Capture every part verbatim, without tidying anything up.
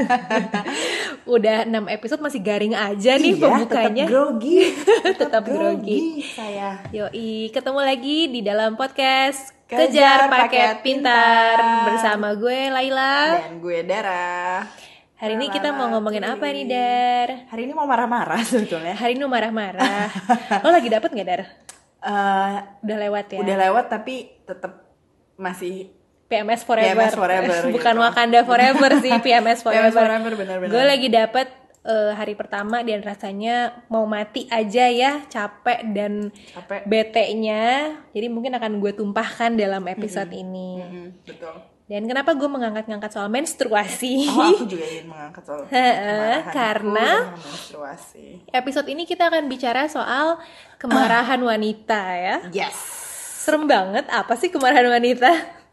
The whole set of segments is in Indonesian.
Udah enam episode masih garing aja nih Iya, pembukanya. tetap grogi. Tetap grogi. saya. Yoi, ketemu lagi di dalam podcast Kejar Kejar Paket Paket Pintar Pintar. bersama gue Laila. Dan gue Dara. Hari ini kita mau Lalala, ngomongin apa cuy. nih, Dar? Hari ini mau marah-marah sebetulnya. Hari ini mau marah-marah. Lo lagi dapet nggak, Dar? Eh, Udah lewat ya? Udah lewat tapi tetap masih P M S Forever, P M S Forever bukan gitu. Wakanda Forever sih, P M S Forever. P M S Forever, benar-benar. Gue lagi dapet eh, hari pertama dan rasanya mau mati aja ya, capek dan Capek. bete-nya. Jadi mungkin akan gue tumpahkan dalam episode ini. Mm-mm, betul. Dan kenapa gue mengangkat-ngangkat soal menstruasi? Oh, aku juga ingin mengangkat soal Heeh, kemarahanku karena dengan menstruasi. episode ini kita akan bicara soal kemarahan wanita ya. Yes. Serem banget, apa sih kemarahan wanita?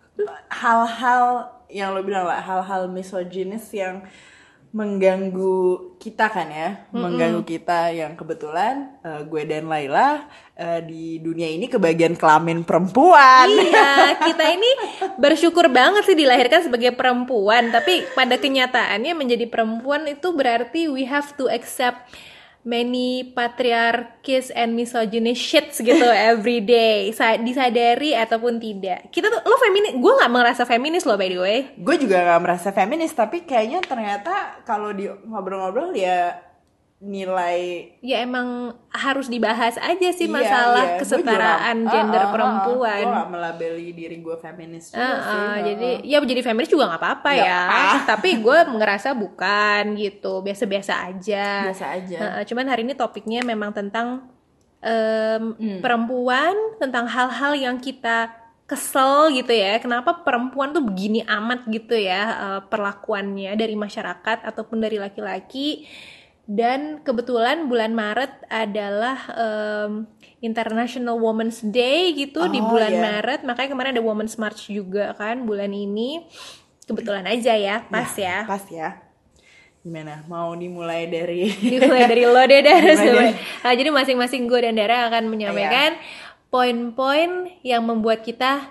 Hal-hal yang lo bilang lah, hal-hal misoginis yang mengganggu kita kan ya, mm-hmm. mengganggu kita yang kebetulan uh, gue dan Laila uh, di dunia ini kebagian kelamin perempuan. Iya, kita ini bersyukur banget sih dilahirkan sebagai perempuan, tapi pada kenyataannya menjadi perempuan itu berarti we have to accept many patriarchis and misogynist shits gitu every day, disadari ataupun tidak. Kita tuh, lo feminis, gue nggak merasa feminis lo by the way. Gue juga nggak merasa feminis, tapi kayaknya ternyata kalau di ngobrol-ngobrol ya nilai ya emang harus dibahas aja sih iya, masalah iya. kesetaraan Gua juga, gender uh, uh, perempuan. Gue gak melabeli diri gue feminis juga uh, uh, sih. Uh, jadi ya jadi feminis juga nggak apa-apa gak ya. apa. Tapi gue ngerasa bukan gitu, biasa-biasa aja. Biasa aja. Uh, uh, cuman hari ini topiknya memang tentang um, hmm. perempuan, tentang hal-hal yang kita kesel gitu ya. Kenapa perempuan tuh begini amat gitu ya uh, perlakuannya dari masyarakat ataupun dari laki-laki. Dan kebetulan bulan Maret adalah um, International Women's Day gitu oh, di bulan yeah. Maret. Makanya kemarin ada Women's March juga kan bulan ini. Kebetulan aja ya, pas ya. ya. Pas ya. Gimana? Mau dimulai dari Dimulai dari lo deh, Dara. Dari... Nah, jadi masing-masing gue dan Dara akan menyampaikan yeah. poin-poin yang membuat kita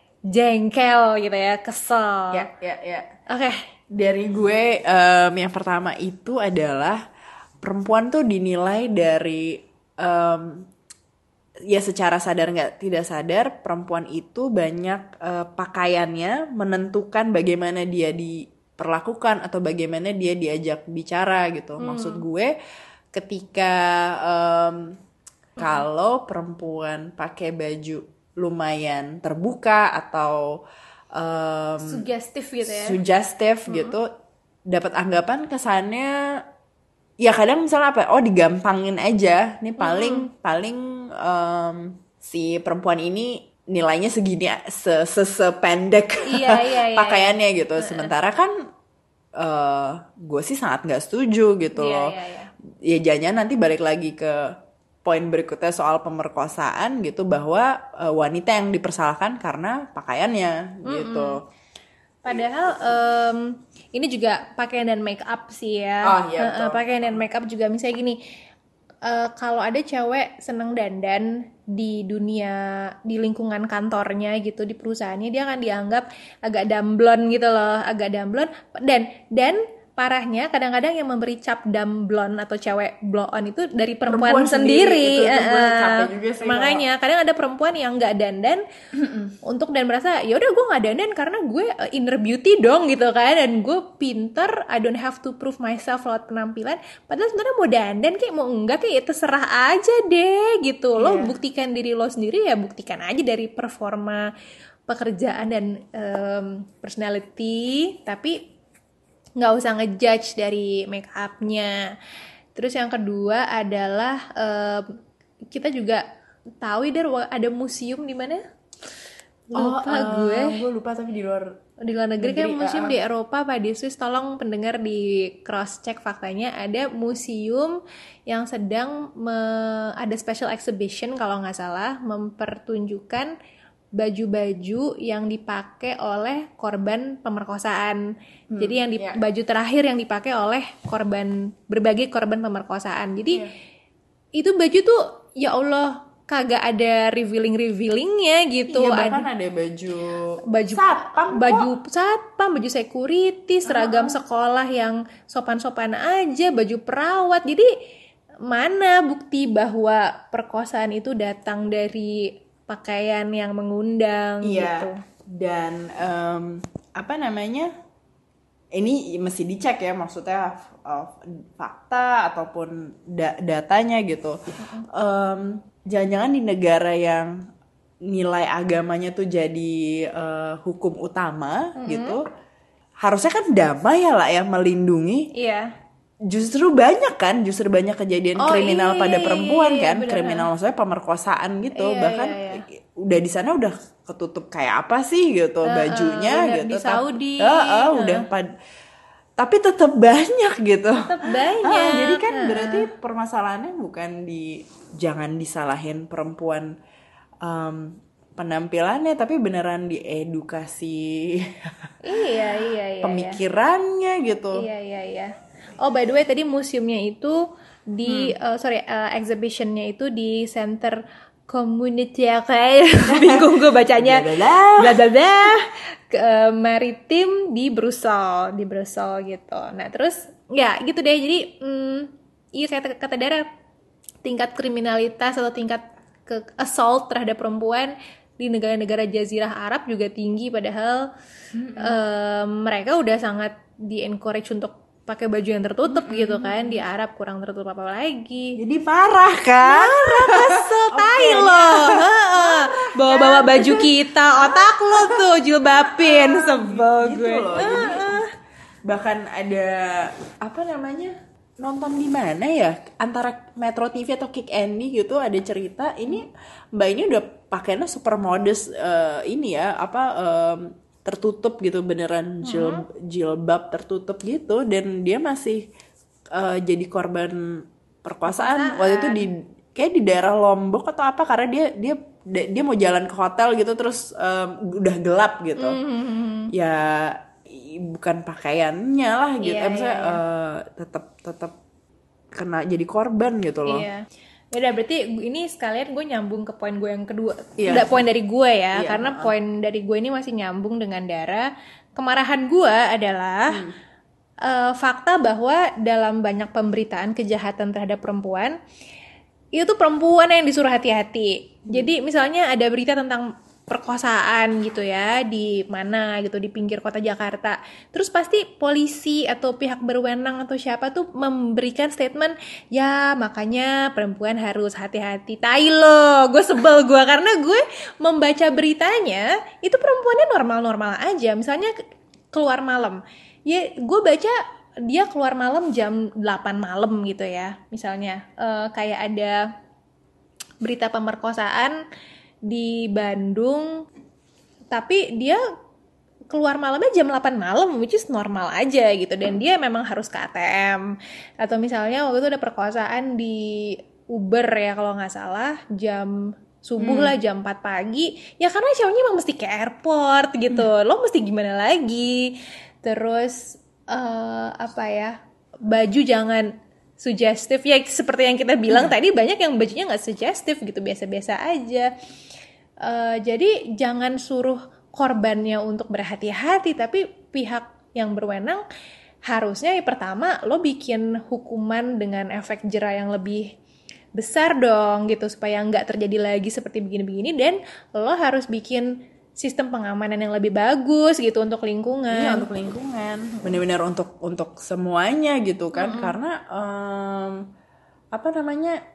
jengkel gitu ya, kesel. Ya, ya, ya. Oke. Okay. Dari gue um, yang pertama itu adalah perempuan tuh dinilai dari um, ya secara sadar nggak tidak sadar perempuan itu banyak uh, pakaiannya menentukan bagaimana dia diperlakukan atau bagaimana dia diajak bicara gitu. Hmm. Maksud gue ketika um, hmm. kalau perempuan pakai baju lumayan terbuka atau um, sugestif gitu ya. Sugestif hmm. gitu, dapat anggapan kesannya ya kadang misalnya apa oh digampangin aja nih paling mm. paling um, si perempuan ini nilainya segini se se sependek iya, iya, iya, pakaiannya gitu sementara kan uh, gue sih sangat nggak setuju gitu iya, loh iya, iya. Ya jangan nanti balik lagi ke poin berikutnya soal pemerkosaan gitu bahwa uh, wanita yang dipersalahkan karena pakaiannya mm-hmm. gitu. Padahal um, ini juga pakaian dan make up sih ya. Oh, iya, uh, uh, pakaian dan make up juga misalnya gini. Uh, kalau ada cewek seneng dandan di dunia di lingkungan kantornya gitu di perusahaannya dia akan dianggap agak damblon gitu loh, agak damblon dan dan parahnya kadang-kadang yang memberi cap damblon atau cewek blow on itu dari perempuan, perempuan sendiri, sendiri. Itu, itu uh, capek juga sih, makanya kalau... kadang ada perempuan yang nggak dandan untuk dan merasa ya udah gue nggak dandan karena gue uh, inner beauty dong gitu kan dan gue pinter I don't have to prove myself lewat penampilan padahal sebenarnya mau dandan kayak mau enggak kayak terserah aja deh gitu yeah. Lo buktikan diri lo sendiri ya buktikan aja dari performa pekerjaan dan um, personality tapi nggak usah ngejudge dari make up-nya. Terus yang kedua adalah uh, kita juga tahu ya ada museum di mana? Lupa oh, uh, gue. Gue lupa tapi di luar di luar negeri, negeri kan museum uh, di Eropa, Pak di Swiss. Tolong pendengar di cross check faktanya. Ada museum yang sedang me- ada special exhibition kalau nggak salah mempertunjukkan baju-baju yang dipakai oleh korban pemerkosaan. Hmm, Jadi yang di, yeah. baju terakhir yang dipakai oleh korban berbagai korban pemerkosaan. Jadi yeah. itu baju tuh ya Allah kagak ada revealing-revealingnya gitu. Iya, bahkan ada, ada baju baju satpam, baju satpam, baju security, seragam uh-huh. sekolah yang sopan-sopan aja, baju perawat. Jadi mana bukti bahwa perkosaan itu datang dari pakaian yang mengundang iya. gitu. Dan um, apa namanya? Ini mesti dicek ya, maksudnya uh, fakta ataupun da- datanya gitu. Uh-huh. Um, jangan-jangan di negara yang nilai agamanya tuh jadi uh, hukum utama mm-hmm. gitu, harusnya kan damai ya lah ya, melindungi. Iya. Justru banyak kan, justru banyak kejadian oh, kriminal iya, pada perempuan iya, kan, iya, kriminal maksudnya pemerkosaan gitu, iya, bahkan iya, iya. udah di sana udah ketutup kayak apa sih gitu uh, bajunya uh, gitu. Di Saudi. Uh, uh, uh. Udah pad- tapi tetap banyak gitu. Tetap banyak. Ah, jadi kan uh. berarti permasalahannya bukan di jangan disalahin perempuan um, penampilannya, tapi beneran di edukasi. Iya iya iya. Pemikirannya iya. gitu. Iya iya iya. Oh by the way tadi museumnya itu di hmm. uh, sorry uh, exhibitionnya itu di Center Community kayak bingung gue bacanya. Bla bla bla. Uh, maritim di Brussels, di Brussels gitu. Nah terus ya gitu deh. Jadi mm, iya kayak kata Dara, tingkat kriminalitas atau tingkat ke assault terhadap perempuan di negara-negara Jazirah Arab juga tinggi, padahal mm-hmm. uh, mereka udah sangat di encourage untuk pakai baju yang tertutup mm-hmm. gitu kan. Di Arab kurang tertutup apa lagi. Jadi parah kan? Parah, kesel tai lo. Bawa-bawa baju kita, otak lo tuh jilbabin, sebel gue. Gitu loh, jadi, bahkan ada apa namanya? Nonton di mana ya? Antara Metro T V atau Kick Andy gitu ada cerita ini Mbak ini udah pakainya super modest uh, ini ya, apa um, tertutup gitu, beneran jil, uh-huh. jilbab tertutup gitu, dan dia masih uh, jadi korban perkosaan. Perkosaan waktu itu di kayak di daerah Lombok atau apa, karena dia dia dia mau jalan ke hotel gitu terus um, udah gelap gitu. Uh-huh. Ya bukan pakaiannya lah gitu. Yeah, maksudnya yeah, yeah. uh, tetap tetap kena jadi korban gitu loh. Iya. Beda, berarti ini sekalian gue nyambung ke poin gue yang kedua. Yeah. Nggak poin dari gue ya, yeah, karena uh. poin dari gue ini masih nyambung dengan Dara. Kemarahan gue adalah hmm. uh, fakta bahwa dalam banyak pemberitaan kejahatan terhadap perempuan, itu tuh perempuan yang disuruh hati-hati. Hmm. Jadi misalnya ada berita tentang perkosaan gitu ya di mana gitu di pinggir kota Jakarta, terus pasti polisi atau pihak berwenang atau siapa tuh memberikan statement ya makanya perempuan harus hati-hati. Tai lo, gue sebel gue karena gue membaca beritanya itu perempuannya normal-normal aja, misalnya keluar malam ya gue baca dia keluar malam jam delapan malam gitu ya, misalnya uh, kayak ada berita pemerkosaan di Bandung, tapi dia keluar malamnya jam delapan malam, which is normal aja gitu, dan dia memang harus ke A T M. Atau misalnya waktu itu ada perkosaan di Uber ya kalau nggak salah, jam subuh hmm. lah, jam empat pagi, ya karena cowoknya emang mesti ke airport gitu, hmm. lo mesti gimana lagi. Terus uh, apa ya, baju jangan sugestif ya, seperti yang kita bilang hmm. tadi, banyak yang bajunya nggak sugestif gitu, biasa-biasa aja. Uh, jadi jangan suruh korbannya untuk berhati-hati, tapi pihak yang berwenang harusnya ya pertama lo bikin hukuman dengan efek jera yang lebih besar dong gitu, supaya nggak terjadi lagi seperti begini-begini, dan lo harus bikin sistem pengamanan yang lebih bagus gitu untuk lingkungan. Iya, untuk lingkungan, benar-benar untuk untuk semuanya gitu kan. Mm-hmm. Karena um, apa namanya,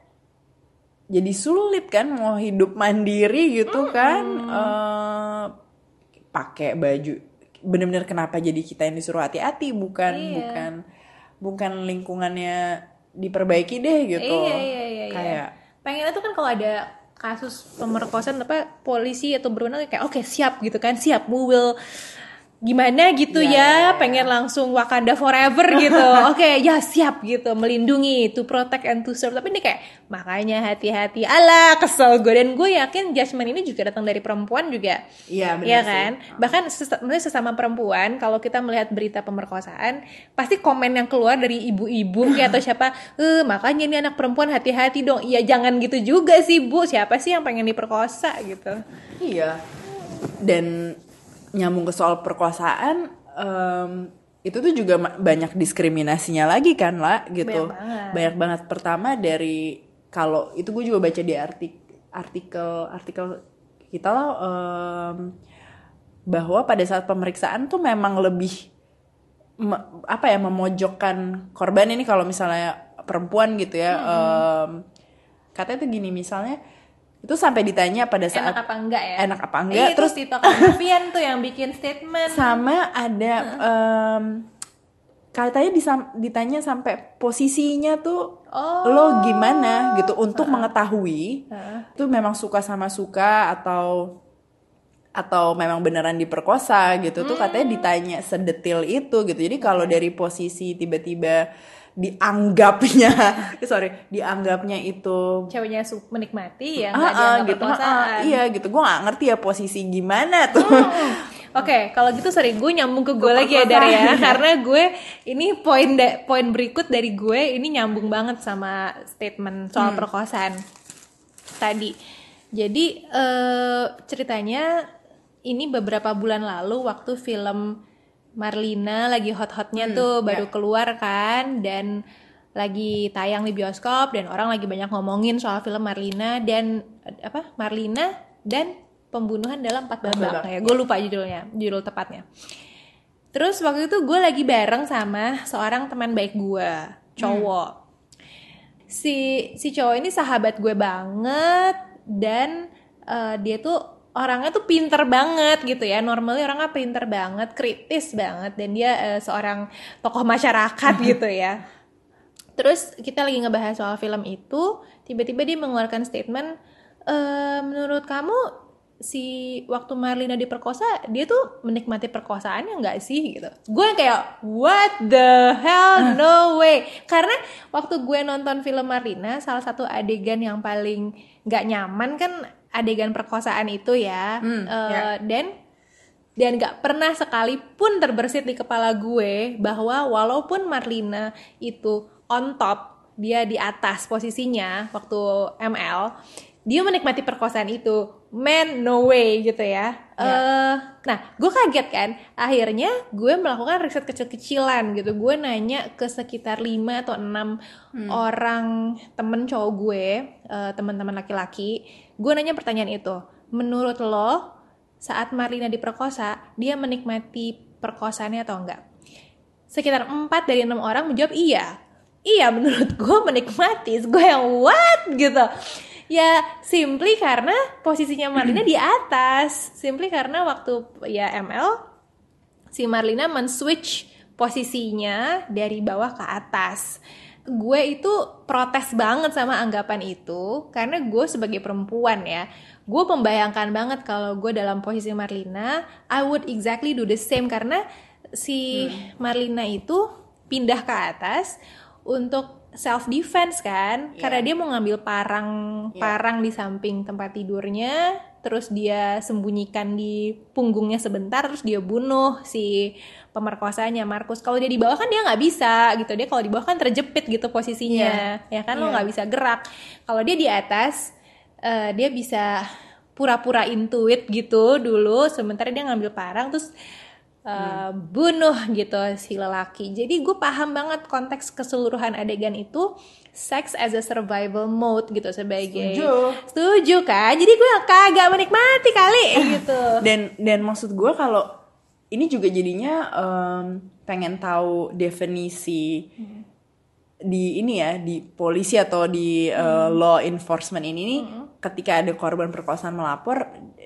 jadi sulit kan mau hidup mandiri gitu. Mm-hmm. kan uh, pakai baju, benar-benar kenapa jadi kita yang disuruh hati-hati, bukan iya. bukan bukan lingkungannya diperbaiki deh gitu. Iya iya iya. Kayak pengennya tuh kan kalau ada kasus pemerkosaan apa polisi atau berwenang kayak oke okay, siap gitu kan, siap, we will gimana gitu Ya, ya, ya, ya. pengen langsung Wakanda forever gitu. Oke, okay, ya siap gitu, melindungi, to protect and to serve. Tapi ini kayak makanya hati-hati. Alah, kesel gue, dan gue yakin judgement ini juga datang dari perempuan juga. Iya, benar ya sih. kan? Bahkan ses- sesama perempuan, kalau kita melihat berita pemerkosaan, pasti komen yang keluar dari ibu-ibu kayak atau siapa, eh makanya ini anak perempuan hati-hati dong. Iya, jangan gitu juga sih, Bu. Siapa sih yang pengen diperkosa gitu? Iya. Dan nyambung ke soal perkosaan, um, itu tuh juga banyak diskriminasinya lagi kan lah gitu. Banyak banget. Banyak banget. Pertama dari, kalau itu gue juga baca di artik, artikel artikel kita lah, um, bahwa pada saat pemeriksaan tuh memang lebih me, apa ya memojokkan korban ini kalau misalnya perempuan gitu ya. Hmm. Um, katanya tuh gini, misalnya itu sampai ditanya pada saat enak apa enggak ya enak apa enggak eh, terus Tito Karnavian tuh yang bikin statement sama ada um, katanya disam, ditanya sampai posisinya tuh oh. lo gimana gitu untuk uh. mengetahui uh. tuh memang suka sama suka atau atau memang beneran diperkosa gitu. hmm. Tuh katanya ditanya sedetil itu gitu. Jadi kalau okay. dari posisi tiba-tiba dianggapnya sorry dianggapnya itu ceweknya menikmati ya nggak uh, uh, gitu uh, uh, iya gitu, gue nggak ngerti ya posisi gimana tuh. hmm. Oke, okay, kalau gitu sorry gue nyambung ke gue lagi ya Dar ya, karena gue ini poin da- poin berikut dari gue ini nyambung banget sama statement soal hmm. perkosaan tadi. Jadi uh, ceritanya ini beberapa bulan lalu waktu film Marlina lagi hot-hotnya hmm, tuh baru yeah. keluar kan, dan lagi tayang di bioskop dan orang lagi banyak ngomongin soal film Marlina dan apa Marlina dan pembunuhan dalam empat babak ya, gue lupa judulnya, judul tepatnya. Terus waktu itu gue lagi bareng sama seorang teman baik gue, cowok. Hmm. Si si cowok ini sahabat gue banget dan uh, dia tuh orangnya tuh pinter banget gitu ya, normally orangnya pinter banget, kritis banget, dan dia uh, seorang tokoh masyarakat gitu ya. Terus kita lagi ngebahas soal film itu, tiba-tiba dia mengeluarkan statement, e, menurut kamu si waktu Marlina diperkosa, dia tuh menikmati perkosaannya nggak sih gitu. Gue kayak what the hell, no way. Karena waktu gue nonton film Marlina, salah satu adegan yang paling nggak nyaman kan adegan perkosaan itu ya, hmm, uh, yeah. dan dan nggak pernah sekalipun terbersit di kepala gue bahwa walaupun Marlina itu on top, dia di atas posisinya waktu M L, dia menikmati perkosaan itu, man, no way gitu ya. Yeah. Uh, nah, gue kaget kan. Akhirnya gue melakukan riset kecil-kecilan gitu. Gue nanya ke sekitar lima atau enam hmm. orang temen cowok gue, uh, teman-teman laki-laki. Gue nanya pertanyaan itu. Menurut lo, saat Marlina diperkosa, dia menikmati perkosaannya atau enggak? Sekitar empat dari enam orang menjawab iya. Iya, menurut gue menikmati. Gue yang what gitu. Ya simply karena posisinya Marlina di atas. Simply karena waktu ya M L, si Marlina men-switch posisinya dari bawah ke atas. Gue itu protes banget sama anggapan itu, karena gue sebagai perempuan ya, gue membayangkan banget kalau gue dalam posisi Marlina, I would exactly do the same. Karena si hmm. Marlina itu pindah ke atas untuk self defense kan, yeah. karena dia mau ngambil parang yeah. parang di samping tempat tidurnya, terus dia sembunyikan di punggungnya sebentar, terus dia bunuh si pemerkosanya Markus. Kalau dia di bawah kan dia nggak bisa gitu, dia kalau di bawah kan terjepit gitu posisinya, yeah. ya kan, yeah. lo nggak bisa gerak. Kalau dia di atas, uh, dia bisa pura-pura intuit gitu dulu, sementara dia ngambil parang terus Uh, hmm. bunuh gitu si lelaki. Jadi gue paham banget konteks keseluruhan adegan itu, sex as a survival mode gitu, sebagai setuju, setuju kan. Jadi gue kagak menikmati kali gitu. Dan dan maksud gue kalau ini juga jadinya um, pengen tahu definisi hmm. di ini ya, di polisi atau di uh, hmm. law enforcement ini nih, hmm. ketika ada korban perkosaan melapor,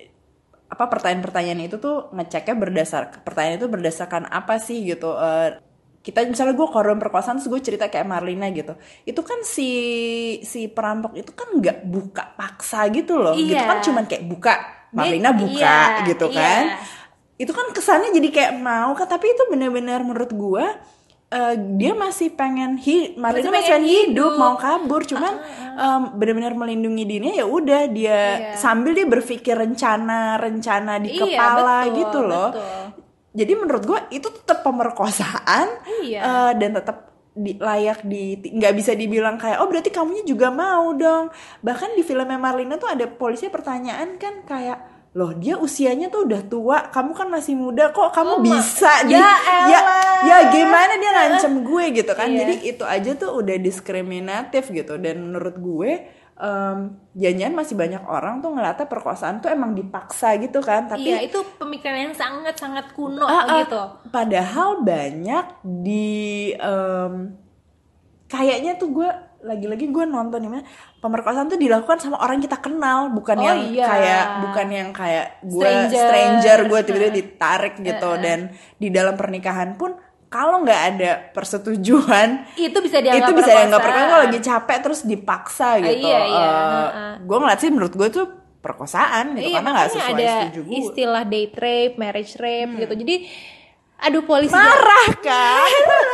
apa pertanyaan-pertanyaan itu tuh ngeceknya berdasar pertanyaan itu berdasarkan apa sih gitu. Uh, kita misalnya gue korban perkosaan terus gue cerita kayak Marlina gitu, itu kan si si perampok itu kan nggak buka paksa gitu loh, iya. gitu kan cuman kayak buka Marlina buka iya, gitu kan, iya. itu kan kesannya jadi kayak mau kan, tapi itu benar-benar menurut gue uh, dia masih pengen hi- Marlina masih pengen hidup, hidup mau kabur, cuman uh-huh. um, benar-benar melindungi dirinya. Ya udah dia yeah. sambil dia berpikir rencana-rencana di iya, kepala betul, gitu loh betul. Jadi menurut gue itu tetap pemerkosaan iya. uh, dan tetap di, layak di nggak bisa dibilang kayak oh berarti kamunya juga mau dong. Bahkan di filmnya Marlina tuh ada polisi pertanyaan kan kayak loh dia usianya tuh udah tua, kamu kan masih muda kok kamu oh, bisa ya, ya ya gimana dia ngancem gue gitu kan. Iya. Jadi itu aja tuh udah diskriminatif gitu. Dan menurut gue um, jangan masih banyak orang tuh ngeliatnya perkosaan tuh emang dipaksa gitu kan. Tapi iya itu pemikiran yang sangat-sangat kuno uh, uh, gitu. Padahal banyak di um, kayaknya tuh gue lagi-lagi gue nonton ini pemerkosaan tuh dilakukan sama orang kita kenal, bukan oh, yang iya. kayak bukan yang kayak gue stranger, stranger gue tiba-tiba ditarik gitu. uh, uh. Dan di dalam pernikahan pun kalau nggak ada persetujuan itu bisa dianggap itu bisa dianggap perkosaan. Kalau lagi capek terus dipaksa gitu. uh, iya, iya. uh, uh, uh. Gue ngeliat sih menurut gue tuh perkosaan gitu, iya, karena nggak sesuai ada setuju gue. Istilah date rape, marriage rape hmm. gitu. Jadi aduh polisi marah kan.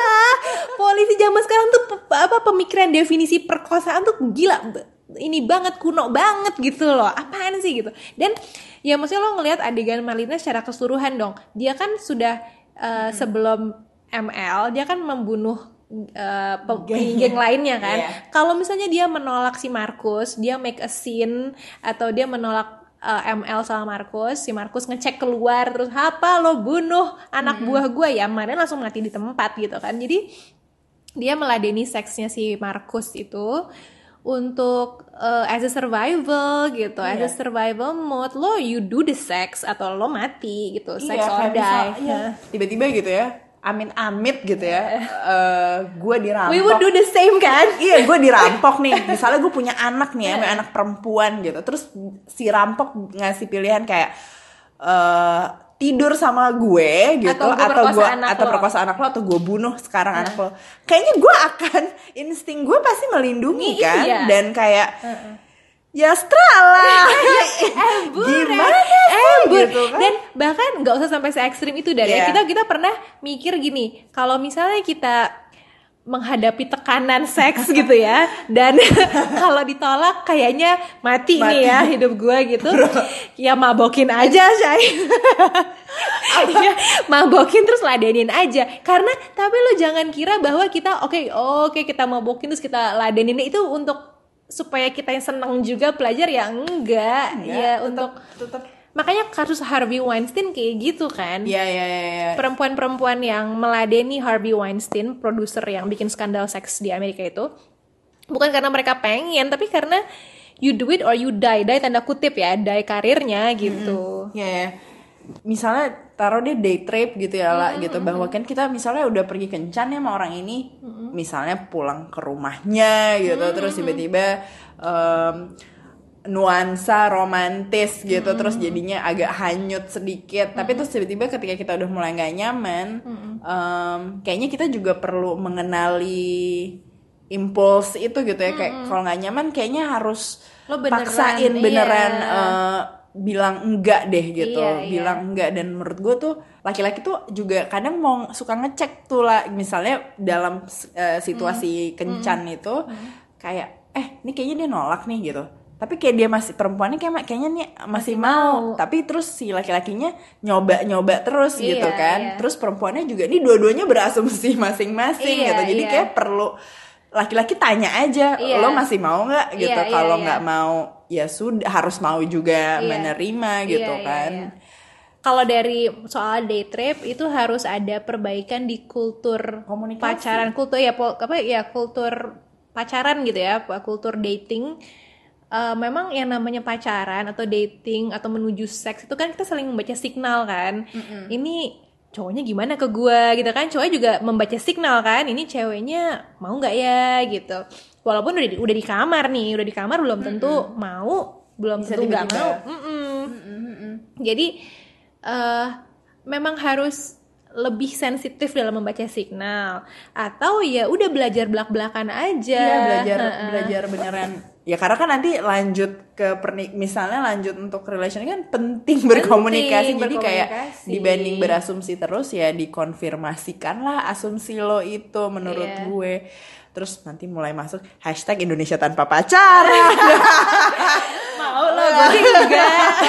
Polisi zaman sekarang tuh apa pemikiran definisi perkosaan tuh gila ini banget, kuno banget gitu loh. Apaan sih gitu. Dan ya maksudnya lo ngelihat adegan Marlina secara keseluruhan dong. Dia kan sudah uh, hmm. sebelum M L dia kan membunuh uh, geng lainnya kan. Yeah. Kalau misalnya dia menolak si Marcus, dia make a scene atau dia menolak Uh, M L sama Marcus, si Marcus ngecek keluar terus apa lo bunuh anak hmm. buah gue ya, mana langsung mati di tempat gitu kan. Jadi dia meladeni seksnya si Marcus itu untuk uh, as a survival gitu, yeah. as a survival mode lo you do the sex atau lo mati gitu, sex yeah, or die. Misal, yeah. Tiba-tiba gitu ya. Amit-amit gitu ya, uh, gue dirampok. We would do the same kan? Iya, gue dirampok nih. Misalnya gue punya anak nih, ya, anak perempuan gitu. Terus si rampok ngasih pilihan kayak uh, tidur sama gue gitu, atau gue atau perkosa anak lo, atau gue bunuh sekarang uh. anak lo. Kayaknya gue akan insting gue pasti melindungi Nih, kan, iya. Dan kayak. Uh-uh. Ya setelah embur, gimana sih gitu kan? Dan bahkan nggak usah sampai se ekstrim itu dari yeah. kita kita pernah mikir gini, kalau misalnya kita menghadapi tekanan seks gitu ya, dan kalau ditolak kayaknya mati, mati nih ya hidup gue gitu. Bro. Ya mabokin aja Shay. Ya, mabokin terus ladenin aja. Karena tapi lo jangan kira bahwa kita oke okay, oke okay, kita mabokin terus kita ladenin itu untuk supaya kita yang senang juga belajar ya enggak, enggak ya tetep, untuk tetep. Makanya kasus Harvey Weinstein kayak gitu kan. Iya iya iya. Perempuan-perempuan yang meladeni Harvey Weinstein, produser yang bikin skandal seks di Amerika itu, bukan karena mereka pengen, tapi karena you do it or you die, die tanda kutip ya, die karirnya gitu. Iya. Mm-hmm. Yeah, yeah. Misalnya taruh dia date rape gitu ya lah mm-hmm. gitu, bahwa kan kita misalnya udah pergi kencan ya sama orang ini, mm-hmm. misalnya pulang ke rumahnya gitu, mm-hmm. terus tiba-tiba um, nuansa romantis gitu, mm-hmm. terus jadinya agak hanyut sedikit, mm-hmm. tapi terus tiba-tiba ketika kita udah mulai nggak nyaman, mm-hmm. um, kayaknya kita juga perlu mengenali impuls itu gitu ya, kayak mm-hmm. kalau nggak nyaman kayaknya harus lo beneran, paksain beneran. Iya. Uh, bilang enggak deh gitu, iya, bilang iya. enggak. Dan menurut gue tuh laki-laki tuh juga kadang mau suka ngecek tuh lah, misalnya dalam uh, situasi mm. kencan mm. itu mm. kayak eh ini kayaknya dia nolak nih gitu, tapi kayak dia masih perempuannya kayak kayaknya nih masih, masih mau. mau tapi terus si laki-lakinya nyoba-nyoba terus iya, gitu kan, iya. Terus perempuannya juga ini dua-duanya berasumsi masing-masing iya, gitu, jadi iya. kayak perlu laki-laki tanya aja iya. lo masih mau nggak gitu, iya, kalau nggak iya, iya. mau ya sudah harus mau juga iya. menerima gitu iya, kan. Iya, iya. Kalau dari soal date rape itu harus ada perbaikan di kultur komunikasi. Pacaran, kultur ya apa ya kultur pacaran gitu ya, kultur dating. Uh, memang yang namanya pacaran atau dating atau menuju seks itu kan kita saling membaca signal kan. Mm-mm. Ini cowoknya gimana ke gue gitu kan, cowoknya juga membaca signal kan, ini ceweknya mau nggak ya gitu. Walaupun udah di, udah di kamar nih, udah di kamar belum tentu mm-hmm. mau, belum bisa tentu nggak mau. Mm-mm. Mm-mm. Jadi uh, memang harus lebih sensitif dalam membaca signal, atau ya udah belajar belak-belakan aja. Iya, belajar uh-uh. belajar beneran ya karena kan nanti lanjut ke pernik misalnya lanjut untuk relation kan penting berkomunikasi, penting, jadi kayak berkomunikasi. dibanding berasumsi terus ya dikonfirmasikan lah asumsi lo itu menurut Iya. gue. Terus nanti mulai masuk hashtag Indonesia tanpa pacaran. Mau lo gue juga.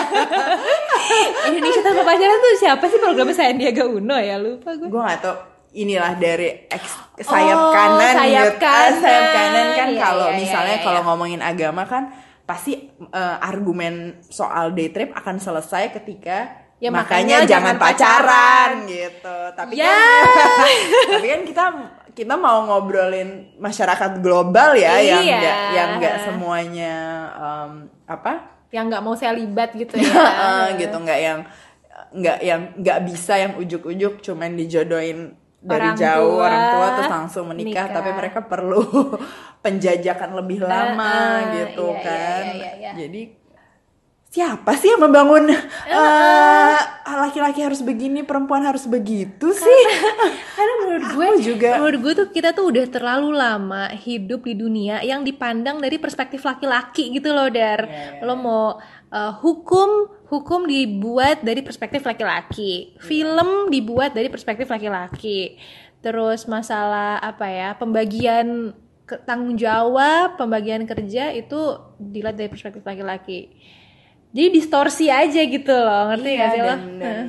Indonesia tanpa pacaran tuh siapa sih, programnya Sandiaga Uno ya, lupa gue. Gue nggak tahu, inilah dari eks, sayap Oh, kanan sayap gitu. kanan. Ah, sayap kanan kan Iya, kalau iya, misalnya iya, kalau iya. ngomongin agama kan pasti uh, argumen soal day trip akan selesai ketika Ya, makanya, makanya jangan jangan pacaran, pacaran. gitu. Tapi Ya. kan tapi kan kita kita mau ngobrolin masyarakat global ya, yang Iya. enggak yang enggak semuanya um, apa? Yang nggak mau saya libat gitu ya. Uh, gitu, nggak yang nggak yang nggak bisa yang ujuk-ujuk cuman dijodohin dari Orang jauh tua, orang tua terus langsung menikah, nikah. tapi mereka perlu penjajakan lebih lama Uh, uh, gitu iya, kan. iya, iya, iya. Jadi siapa sih yang membangun uh, laki-laki harus begini, perempuan harus begitu sih? Karena menurut gue Aku juga. menurut gue tuh kita tuh udah terlalu lama hidup di dunia yang dipandang dari perspektif laki-laki gitu loh, Dar. Yeah, yeah, Lo mau uh, hukum hukum dibuat dari perspektif laki-laki, film dibuat dari perspektif laki-laki. Terus masalah apa ya, pembagian ke- tanggung jawab, pembagian kerja itu dilihat dari perspektif laki-laki. Jadi distorsi aja gitu loh, ngerti Iya, gak sih lo? dan, dan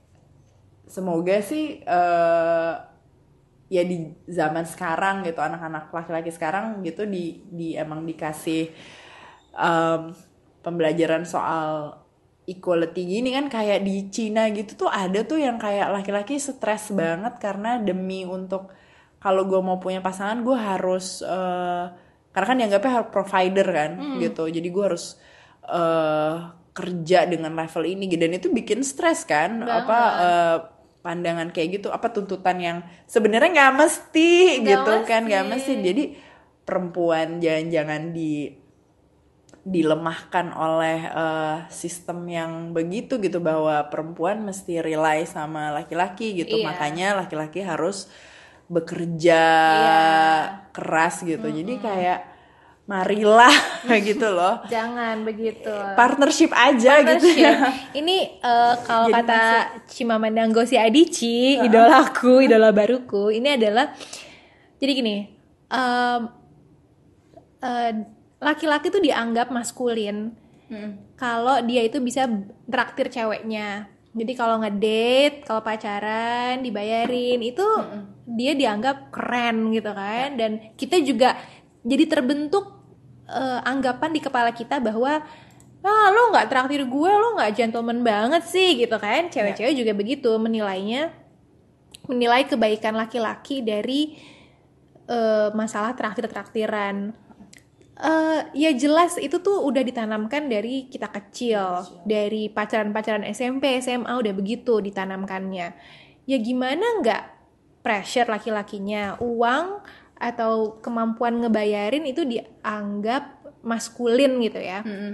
semoga sih uh, ya di zaman sekarang gitu, anak-anak laki-laki sekarang gitu di di emang dikasih um, pembelajaran soal equality gini kan. Kayak di Cina gitu tuh ada tuh yang kayak laki-laki stres banget karena demi untuk kalau gue mau punya pasangan gue harus uh, karena kan dianggapnya harus provider kan, hmm. gitu, jadi gue harus uh, kerja dengan level ini gitu. Dan itu bikin stres kan. Banget. Apa uh, pandangan kayak gitu, apa tuntutan yang sebenarnya nggak mesti gak gitu mesti. Kan nggak mesti. Jadi perempuan jangan-jangan di dilemahkan oleh uh, sistem yang begitu gitu, bahwa perempuan mesti rely sama laki-laki gitu. Iya. Makanya laki-laki harus bekerja iya. keras gitu. Mm-hmm. Jadi kayak marilah gitu loh. Jangan begitu. Partnership aja Partnership. Gitu ya. Ini uh, kalau kata maksud... Chimamanda Ngozi Adichie, uh-huh. idolaku, idola baruku, ini adalah jadi gini, um, uh, laki-laki tuh dianggap maskulin hmm. kalau dia itu bisa traktir ceweknya. Jadi kalau ngedate, kalau pacaran dibayarin, itu hmm. dia dianggap keren gitu kan. Dan kita juga jadi terbentuk uh, anggapan di kepala kita bahwa ah lo nggak traktir gue, lo nggak gentleman banget sih gitu kan. Cewek-cewek juga begitu menilainya, menilai kebaikan laki-laki dari uh, masalah traktir-traktiran. Uh, ya jelas itu tuh udah ditanamkan dari kita kecil, dari pacaran-pacaran S M P, S M A udah begitu ditanamkannya. Ya gimana nggak pressure laki-lakinya, uang atau kemampuan ngebayarin itu dianggap maskulin gitu ya. Mm-hmm.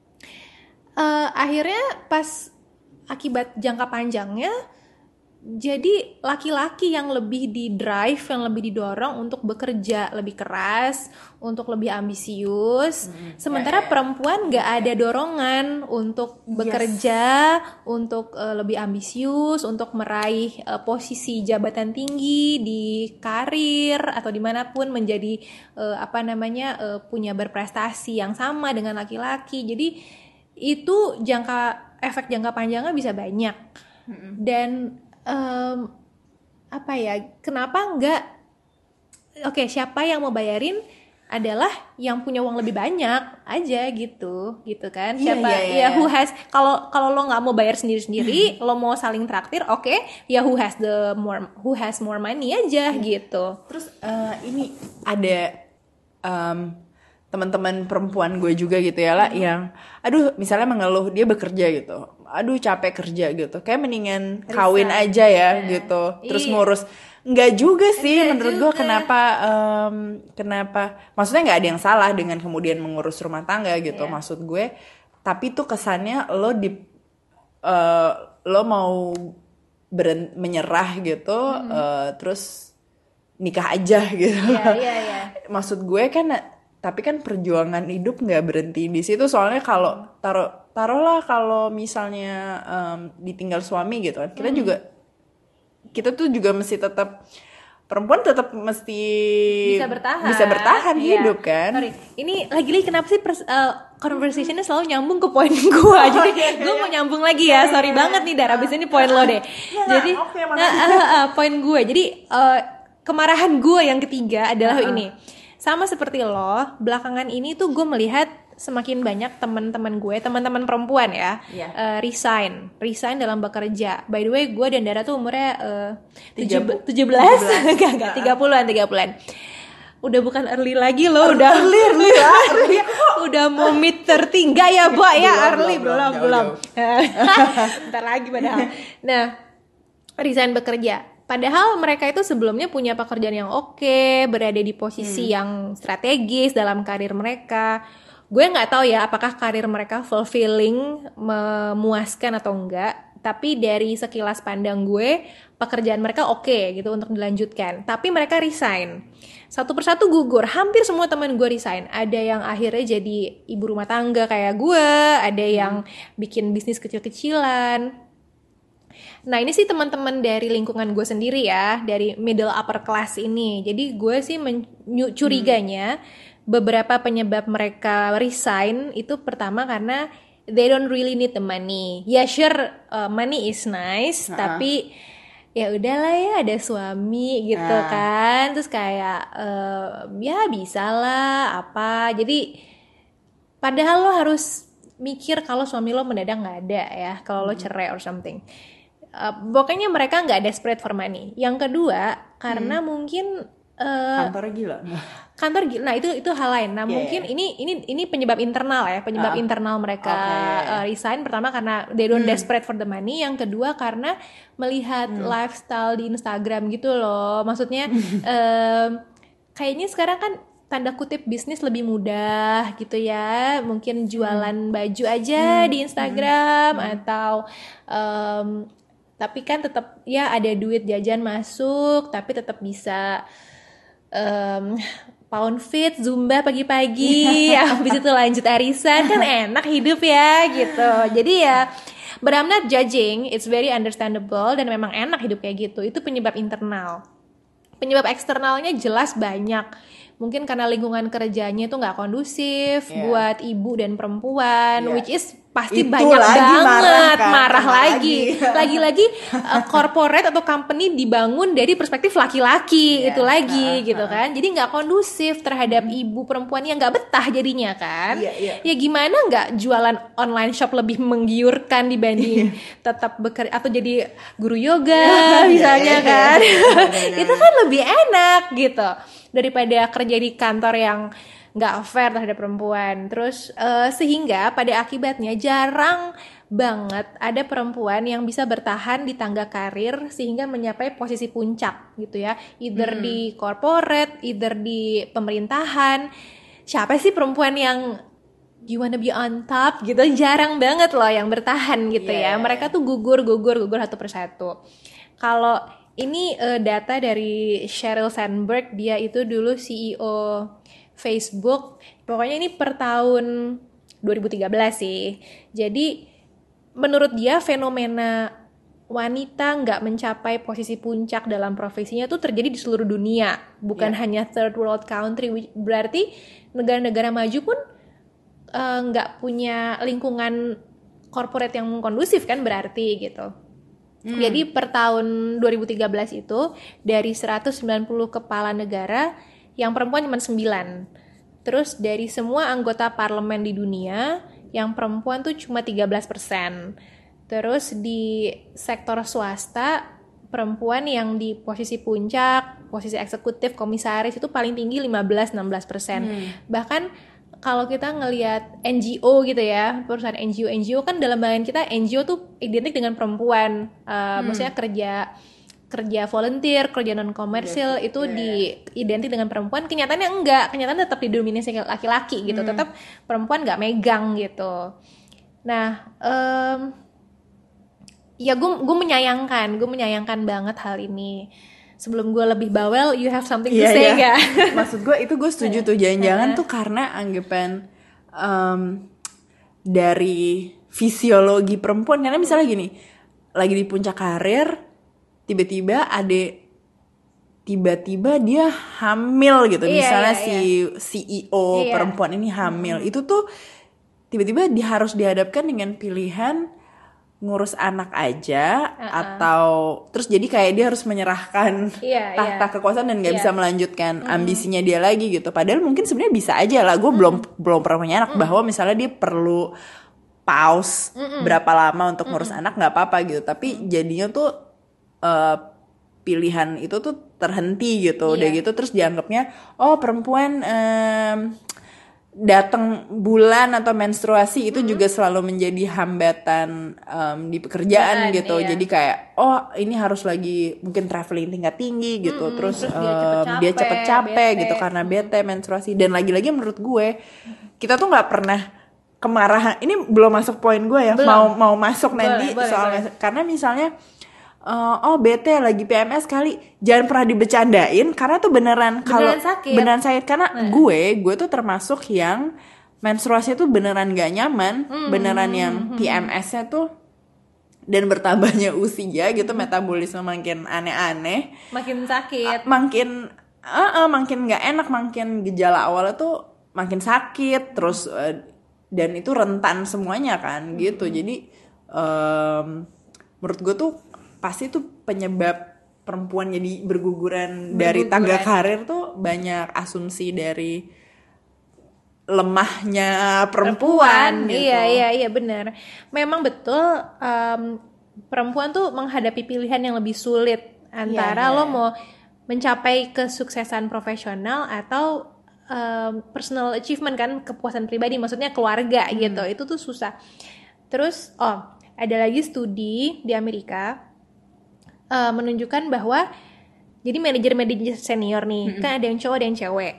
Uh, akhirnya pas akibat jangka panjangnya, jadi laki-laki yang lebih di drive, yang lebih didorong untuk bekerja lebih keras, untuk lebih ambisius. Hmm, sementara ya, ya. Perempuan gak ada dorongan untuk bekerja, yes. untuk uh, lebih ambisius, untuk meraih uh, posisi jabatan tinggi di karir atau dimanapun, menjadi uh, apa namanya uh, punya berprestasi yang sama dengan laki-laki. Jadi itu jangka efek jangka panjangnya bisa banyak. Hmm. Dan Um, apa ya, kenapa enggak oke okay, siapa yang mau bayarin adalah yang punya uang lebih banyak aja gitu gitu kan. Yeah, siapa yeah, yeah, ya who has, kalau kalau lo nggak mau bayar sendiri-sendiri lo mau saling traktir, oke okay, ya who has the more who has more money aja yeah. gitu. Terus uh, ini ada um, teman-teman perempuan gue juga gitu ya lah, hmm. yang aduh misalnya mengeluh dia bekerja gitu, aduh capek kerja gitu, kayak mendingan kawin Risa. aja ya yeah. gitu, terus Iyi. ngurus. Nggak juga sih Nggak menurut juga. gue. Kenapa um, kenapa maksudnya nggak ada yang salah dengan kemudian mengurus rumah tangga gitu, yeah. maksud gue, tapi tuh kesannya lo di uh, lo mau beren, menyerah gitu, mm-hmm. uh, terus nikah aja gitu. Yeah, yeah, yeah. Maksud gue kan tapi kan perjuangan hidup nggak berhenti di situ. Soalnya kalau taruh taruhlah kalau misalnya um, ditinggal suami gitu kan, kita hmm. juga kita tuh juga mesti tetap, perempuan tetap mesti bisa bertahan, bisa bertahan iya. hidup kan. Sorry, ini lagi-lagi kenapa sih pers- uh, conversationnya selalu nyambung ke poin gue, jadi oh, gue mau nyambung lagi ya. Sorry banget nih Dar, abis ini poin lo deh. Jadi okay, uh, uh, uh, poin gue, jadi uh, kemarahan gue yang ketiga adalah uh-uh. ini. Sama seperti lo, belakangan ini tuh gue melihat semakin banyak teman-teman gue, teman-teman perempuan ya, yeah. uh, resign, resign dalam bekerja. By the way, gue dan Dara tuh umurnya uh, tujuh belas, enggak enggak tiga puluhan, tiga puluhan. Udah bukan early lagi loh, udah early, early, early. Udah mau mid thirty enggak ya, Bu? Ya early belum, belum. Bentar lagi padahal. Nah, resign bekerja. Padahal mereka itu sebelumnya punya pekerjaan yang oke, berada di posisi hmm. yang strategis dalam karir mereka. Gue nggak tahu ya apakah karir mereka fulfilling, memuaskan atau enggak. Tapi dari sekilas pandang gue, pekerjaan mereka oke gitu untuk dilanjutkan. Tapi mereka resign. Satu persatu gugur. Hampir semua teman gue resign. Ada yang akhirnya jadi ibu rumah tangga kayak gue. Ada yang hmm. bikin bisnis kecil-kecilan. Nah ini sih teman-teman dari lingkungan gue sendiri ya, dari middle upper class ini. Jadi gue sih mencuriganya hmm. beberapa penyebab mereka resign itu pertama karena they don't really need the money. Ya yeah, sure uh, money is nice, uh-huh. tapi ya udahlah ya ada suami gitu uh. kan. Terus kayak uh, ya bisa lah apa. Jadi padahal lo harus mikir kalau suami lo mendadak nggak ada ya, kalau hmm. lo cerai or something. Uh, pokoknya mereka nggak desperate for money. Yang kedua karena hmm. mungkin uh, kantor gila. Kantor gila. Nah itu itu hal lain. Nah yeah. mungkin ini ini ini penyebab internal ya, penyebab uh. internal mereka okay. uh, resign. Pertama karena they don't hmm. desperate for the money. Yang kedua karena melihat hmm. lifestyle di Instagram gitu loh. Maksudnya uh, kayaknya sekarang kan tanda kutip bisnis lebih mudah gitu ya. Mungkin jualan hmm. baju aja hmm. di Instagram hmm. atau um, tapi kan tetap ya ada duit jajan masuk, tapi tetap bisa um, pound fit, zumba pagi-pagi, habis itu lanjut arisan, kan enak hidup ya gitu. Jadi ya, but I'm not judging, it's very understandable dan memang enak hidup kayak gitu. Itu penyebab internal. Penyebab eksternalnya jelas banyak. Mungkin karena lingkungan kerjanya itu nggak kondusif yeah. buat ibu dan perempuan, yeah. which is pasti itu banyak banget marah, kan? marah lagi. Lagi-lagi uh, corporate atau company dibangun dari perspektif laki-laki yeah. itu lagi uh, gitu uh, kan. Jadi nggak kondusif terhadap hmm. ibu perempuan yang nggak betah jadinya kan. Yeah, yeah. Ya gimana nggak jualan online shop lebih menggiurkan dibanding tetap bekerja atau jadi guru yoga misalnya yeah, yeah, kan. Yeah, yeah. Itu kan lebih enak gitu daripada kerja di kantor yang nggak fair terhadap perempuan. Terus uh, sehingga pada akibatnya jarang banget ada perempuan yang bisa bertahan di tangga karir sehingga mencapai posisi puncak gitu ya. Either hmm. di corporate, either di pemerintahan. Siapa sih perempuan yang you wanna be on top gitu? Jarang banget loh yang bertahan gitu yeah. ya. Mereka tuh gugur, gugur, gugur satu persatu. Kalau ini uh, data dari Sheryl Sandberg, dia itu dulu C E O Facebook. Pokoknya ini per tahun dua ribu tiga belas sih. Jadi menurut dia fenomena wanita nggak mencapai posisi puncak dalam profesinya tuh terjadi di seluruh dunia, bukan yeah. hanya third world country. Berarti negara-negara maju pun uh, nggak punya lingkungan corporate yang kondusif kan berarti gitu. Hmm. Jadi per tahun dua ribu tiga belas itu dari seratus sembilan puluh kepala negara yang perempuan cuma sembilan. Terus dari semua anggota parlemen di dunia yang perempuan tuh cuma tiga belas persen. Terus di sektor swasta perempuan yang di posisi puncak, posisi eksekutif, komisaris itu paling tinggi lima belas sampai enam belas persen. Hmm. Bahkan kalau kita ngelihat N G O gitu ya, perusahaan N G O, N G O kan dalam bayangan kita N G O tuh identik dengan perempuan, uh, hmm. maksudnya kerja kerja volunteer, kerja non komersil yeah, itu yeah. diidentik dengan perempuan. Kenyataannya enggak, kenyataan tetap didominasi laki-laki gitu, hmm. tetap perempuan nggak megang gitu. Nah, um, ya gue gue menyayangkan, gue menyayangkan banget hal ini. sebelum gue lebih bawel, you have something to Iya, say iya. nggak? Maksud gue itu gue setuju tuh, jangan-jangan tuh karena anggapan um, dari fisiologi perempuan, karena misalnya gini, lagi di puncak karir, tiba-tiba ada tiba-tiba dia hamil gitu, Iya, misalnya iya, si C E O Iya. perempuan ini hamil, itu tuh tiba-tiba dia harus dihadapkan dengan pilihan ngurus anak aja Uh-uh. atau terus jadi kayak dia harus menyerahkan Iya, tahta iya. kekuasaan dan nggak Iya. bisa melanjutkan ambisinya dia lagi gitu. Padahal mungkin sebenarnya bisa aja lah. Gue belum belum pernah punya anak, bahwa misalnya dia perlu pause berapa lama untuk ngurus anak nggak apa-apa gitu. Tapi jadinya tuh eh, pilihan itu tuh terhenti gitu. Udah Iya. gitu terus dianggapnya oh perempuan em, datang bulan atau menstruasi itu juga selalu menjadi hambatan em, di pekerjaan Pekerjaan, gitu. iya. Jadi kayak oh ini harus lagi mungkin traveling tingkat tinggi gitu. Mm-mm, Terus, terus dia em, cepet dia capek, cepet capek bete. gitu karena bete menstruasi. Dan lagi-lagi menurut gue kita tuh nggak pernah kemarahan. Ini belum masuk poin gue ya. Belum. Mau mau masuk nanti Boleh, boleh, soal boleh. mes- karena misalnya eh, oh bete lagi P M S kali, jangan pernah dibecandain karena tuh beneran kalau Beneran sakit. beneran sakit karena gue gue tuh termasuk yang menstruasi tuh beneran gak nyaman, Hmm, beneran yang P M S-nya tuh dan bertambahnya usia gitu, metabolisme makin aneh-aneh, Makin sakit. makin eh, eh, makin nggak enak, makin gejala awalnya tuh makin sakit, terus eh, dan itu rentan semuanya kan gitu. Jadi em, menurut gue tuh pasti tuh penyebab perempuan jadi berguguran dari tangga Berguguran. karir tuh banyak asumsi dari lemahnya perempuan, gitu. Iya iya iya benar. Memang betul em, perempuan tuh menghadapi pilihan yang lebih sulit antara Iya, lo iya. mau mencapai kesuksesan profesional atau em, personal achievement kan, kepuasan pribadi, maksudnya keluarga gitu. Itu tuh susah. Terus oh ada lagi studi di Amerika eh, menunjukkan bahwa jadi manajer-manajer senior nih kan ada yang cowok ada yang cewek.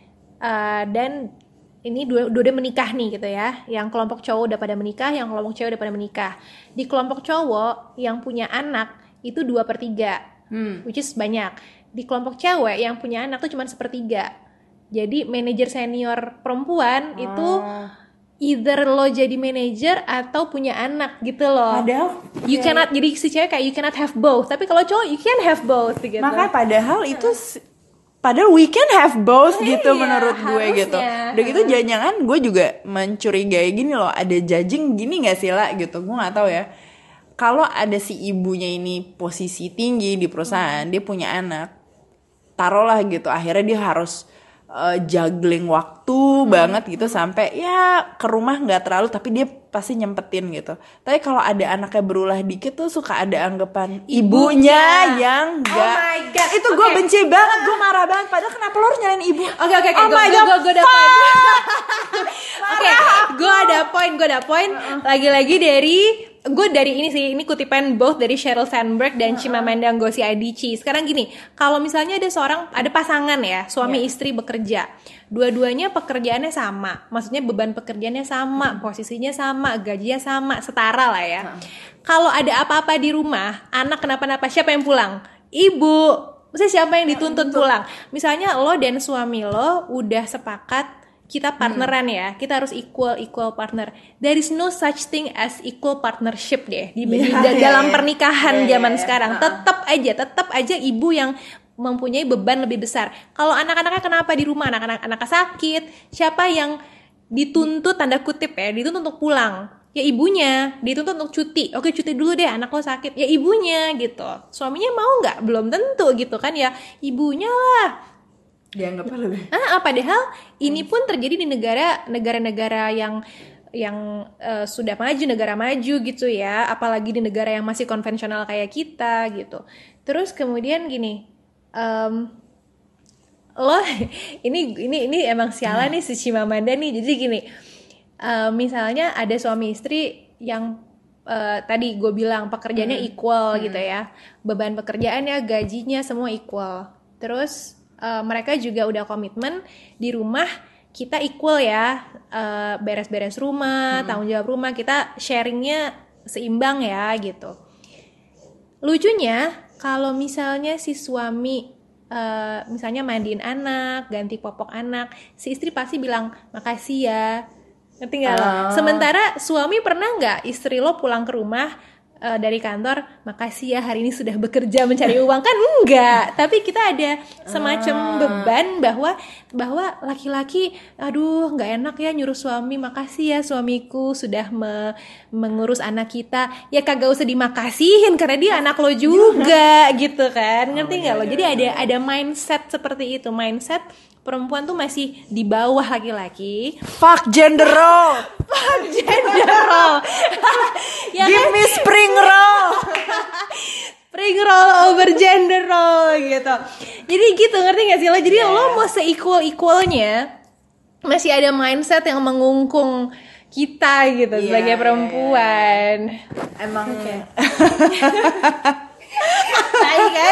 Eh, dan ini dua dua menikah nih gitu ya. Yang kelompok cowok udah pada menikah, yang kelompok cewek udah pada menikah. Di kelompok cowok yang punya anak itu dua per tiga, Hmm. which is banyak. Di kelompok cewek yang punya anak tuh cuma sepertiga. Jadi manajer senior perempuan itu Oh. either lo jadi manajer atau punya anak gitu loh. Padahal You cannot, jadi si cewek kayak you cannot have both. Tapi kalau cowok you can have both gitu. makanya padahal itu s- padahal we can have both gitu Iya, menurut gue harusnya. gitu. Udah gitu jangan-jangan gue juga mencurigai gini loh, ada judging gini nggak sih lah gitu, gue nggak tahu ya. Kalau ada si ibunya ini posisi tinggi di perusahaan, dia punya anak, taruhlah gitu, akhirnya dia harus uh, juggling waktu banget gitu sampai ya ke rumah nggak terlalu, tapi dia pasti nyempetin gitu. Tapi kalau ada anaknya berulah dikit tuh suka ada anggapan ibunya, Ibunya. yang Oh nggak. my God. Itu gue Oke. benci banget, gue marah banget. Padahal kenapa lo harus nyalain ibu? Oke oke oke, Oh my God, gue gue ada poin. Oke, gue ada poin, gue ada poin. Lagi-lagi dari gue dari ini sih, ini kutipan both dari Sheryl Sandberg dan Chimamanda Ngozi Adichie. Sekarang gini, kalau misalnya ada seorang, ada pasangan ya, suami istri bekerja, dua-duanya pekerjaannya sama, maksudnya beban pekerjaannya sama, posisinya sama, gajinya sama, setara lah ya. Kalau ada apa-apa di rumah, anak kenapa-napa, siapa yang pulang? Ibu. Maksudnya siapa yang dituntut pulang? Misalnya lo dan suami lo udah sepakat kita partneran ya, kita harus equal equal partner. There is no such thing as equal partnership deh di, di- Iya, di- iya, dalam iya. pernikahan Iya, zaman iya, sekarang. iya. Tetap aja, tetap aja ibu yang mempunyai beban lebih besar. Kalau anak-anaknya kenapa di rumah, anak-anak anaknya sakit, siapa yang dituntut tanda kutip ya, dituntut untuk pulang? Ya ibunya, dituntut untuk cuti. Oke cuti dulu deh, anak lo sakit. Ya ibunya gitu. Suaminya mau nggak? Belum tentu gitu kan ya. Ibunya lah. Dianggapnya lebih. Ah, padahal ini pun terjadi di negara negara-negara yang yang eh, sudah maju, negara maju gitu ya, apalagi di negara yang masih konvensional kayak kita gitu. Terus kemudian gini, em, lo ini ini ini emang sialan nih si Chimamanda nih. Jadi gini, eh, misalnya ada suami istri yang eh, tadi gue bilang pekerjaannya equal gitu ya, beban pekerjaannya, gajinya semua equal. Terus Uh, mereka juga udah komitmen di rumah kita equal ya, uh, beres-beres rumah, tanggung jawab rumah kita sharingnya seimbang ya gitu. Lucunya kalau misalnya si suami uh, misalnya mandiin anak, ganti popok anak, si istri pasti bilang makasih ya. Ngerti nggak lo? Ah. Sementara suami pernah nggak istri lo pulang ke rumah uh, dari kantor, makasih ya hari ini sudah bekerja mencari uang? Kan enggak. Tapi kita ada semacam Ah. beban bahwa bahwa laki-laki, aduh nggak enak ya nyuruh suami, makasih ya suamiku sudah me- mengurus anak kita. Ya kagak usah dimakasihin karena dia anak lo juga gitu kan. Ngerti nggak Oh, lo? iya, Jadi iya, ada ada mindset seperti itu, mindset perempuan tuh masih di bawah laki-laki. Fuck gender role. Fuck gender role. Ya Give kan? me spring roll. Spring roll over gender role gitu. Jadi gitu, ngerti gak sih lo? Jadi Yeah. lo mau se-equal-equalnya masih ada mindset yang mengungkung kita gitu Yeah, sebagai perempuan. Emang Tai kan?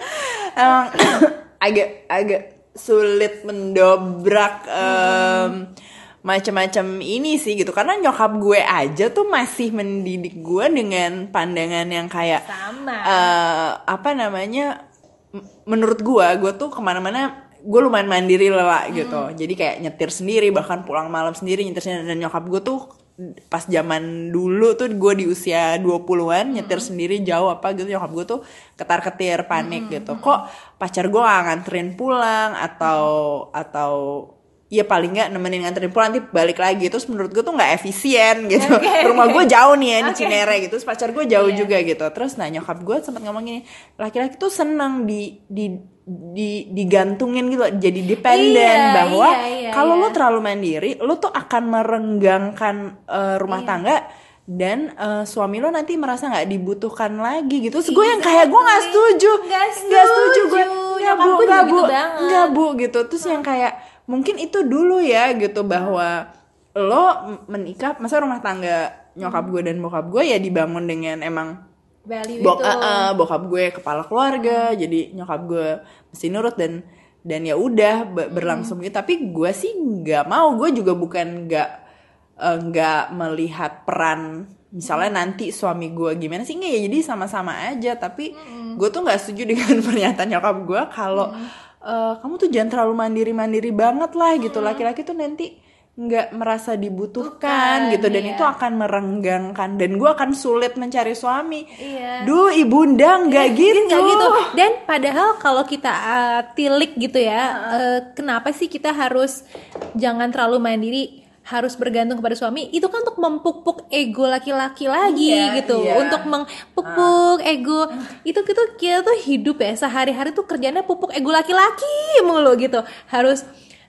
emang agak agak sulit mendobrak em, macam-macam ini sih gitu, karena nyokap gue aja tuh masih mendidik gue dengan pandangan yang kayak Sama. eh, apa namanya, m- menurut gue gue tuh kemana-mana gue lumayan mandiri lah gitu, jadi kayak nyetir sendiri, bahkan pulang malam sendiri nyetir sendiri. Dan nyokap gue tuh pas zaman dulu tuh gue di usia dua puluhan nyetir sendiri jauh apa gitu, nyokap gue tuh ketar-ketir panik gitu, kok pacar gue gak nganterin pulang atau atau ya paling nggak nemenin nganterin pulang nanti balik lagi. Terus menurut gue tuh nggak efisien gitu. Okay, Rumah gue jauh nih ya di Okay. Cinere gitu, terus pacar gue jauh Iya. juga gitu. Terus nah nyokap gue sempat ngomong gini, laki-laki tuh seneng di di di digantungin gitu, jadi dependen, Iya, bahwa iya, iya, kalau iya. lo terlalu mandiri lo tuh akan merenggangkan eh, rumah Iya. tangga, dan eh, suami lo nanti merasa nggak dibutuhkan lagi gitu. Terus gue yang kayak gue nggak setuju, Nggak nggak setuju gue, setuju. nggak Nyokap bu, gue juga nggak bu, gitu banget. nggak bu gitu. Terus yang kayak mungkin itu dulu ya gitu, bahwa lo menikah, masa rumah tangga nyokap gue dan bokap gue ya dibangun dengan emang Value Bok, itu. eh, eh, bokap gue kepala keluarga, jadi nyokap gue mesti nurut dan dan ya udah be- berlangsung gitu. Tapi gue sih nggak mau, gue juga bukan nggak eh, nggak melihat peran misalnya nanti suami gue gimana sih, nggak ya, jadi sama-sama aja. Tapi gue tuh nggak setuju dengan pernyataan nyokap gue kalau eh, kamu tuh jangan terlalu mandiri-mandiri banget lah gitu, laki-laki tuh nanti nggak merasa dibutuhkan Bukan, gitu, dan iya. itu akan merenggangkan, dan gue akan sulit mencari suami. Iya. Duh ibunda nggak gitu. Nggak gitu. Dan padahal kalau kita uh, tilik gitu ya, uh, kenapa sih kita harus jangan terlalu mandiri, harus bergantung kepada suami? Itu kan untuk mempupuk ego laki-laki lagi Iya, gitu, iya. untuk mempupuk ego. Itu gitu kita tuh hidup ya sehari-hari tuh kerjanya pupuk ego laki-laki mulu gitu. Harus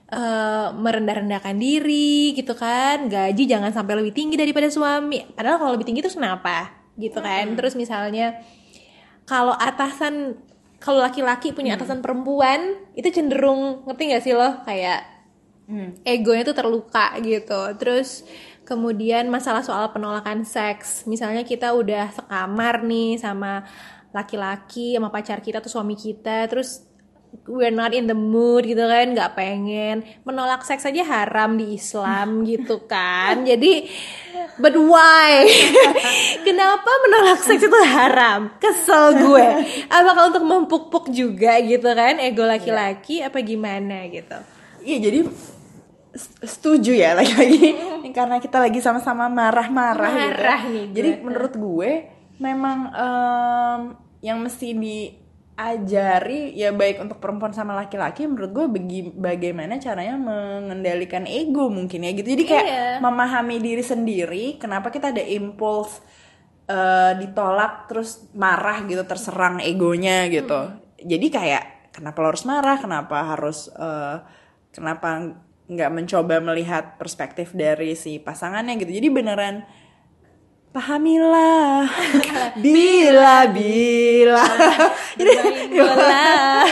uh, merendah-rendahkan diri gitu kan, gaji jangan sampai lebih tinggi daripada suami. Padahal kalau lebih tinggi itu kenapa gitu kan? Terus misalnya kalau atasan, kalau laki-laki punya atasan perempuan itu cenderung, ngerti nggak sih lo, kayak egonya tuh terluka gitu. Terus kemudian masalah soal penolakan seks, misalnya kita udah sekamar nih sama laki-laki, sama pacar kita tuh suami kita, terus we're not in the mood gitu kan, nggak pengen, menolak seks aja haram di Islam gitu kan. Jadi but why? Kenapa menolak seks itu haram? Kesel gue. Apakah untuk mempupuk juga gitu kan ego laki-laki apa gimana gitu? Iya, jadi setuju ya lagi-lagi karena kita lagi sama-sama marah-marah gitu. Marah nih gue. Jadi menurut gue memang em, yang mesti diajari ya, baik untuk perempuan sama laki-laki, menurut gue bagi, bagaimana caranya mengendalikan ego mungkin ya gitu. Jadi kayak Iya. memahami diri sendiri, kenapa kita ada impuls eh, ditolak terus marah gitu, terserang egonya gitu. Jadi kayak kenapa lo harus marah, kenapa harus eh, kenapa nggak mencoba melihat perspektif dari si pasangannya gitu. Jadi beneran pahamilah bila bila jadi bola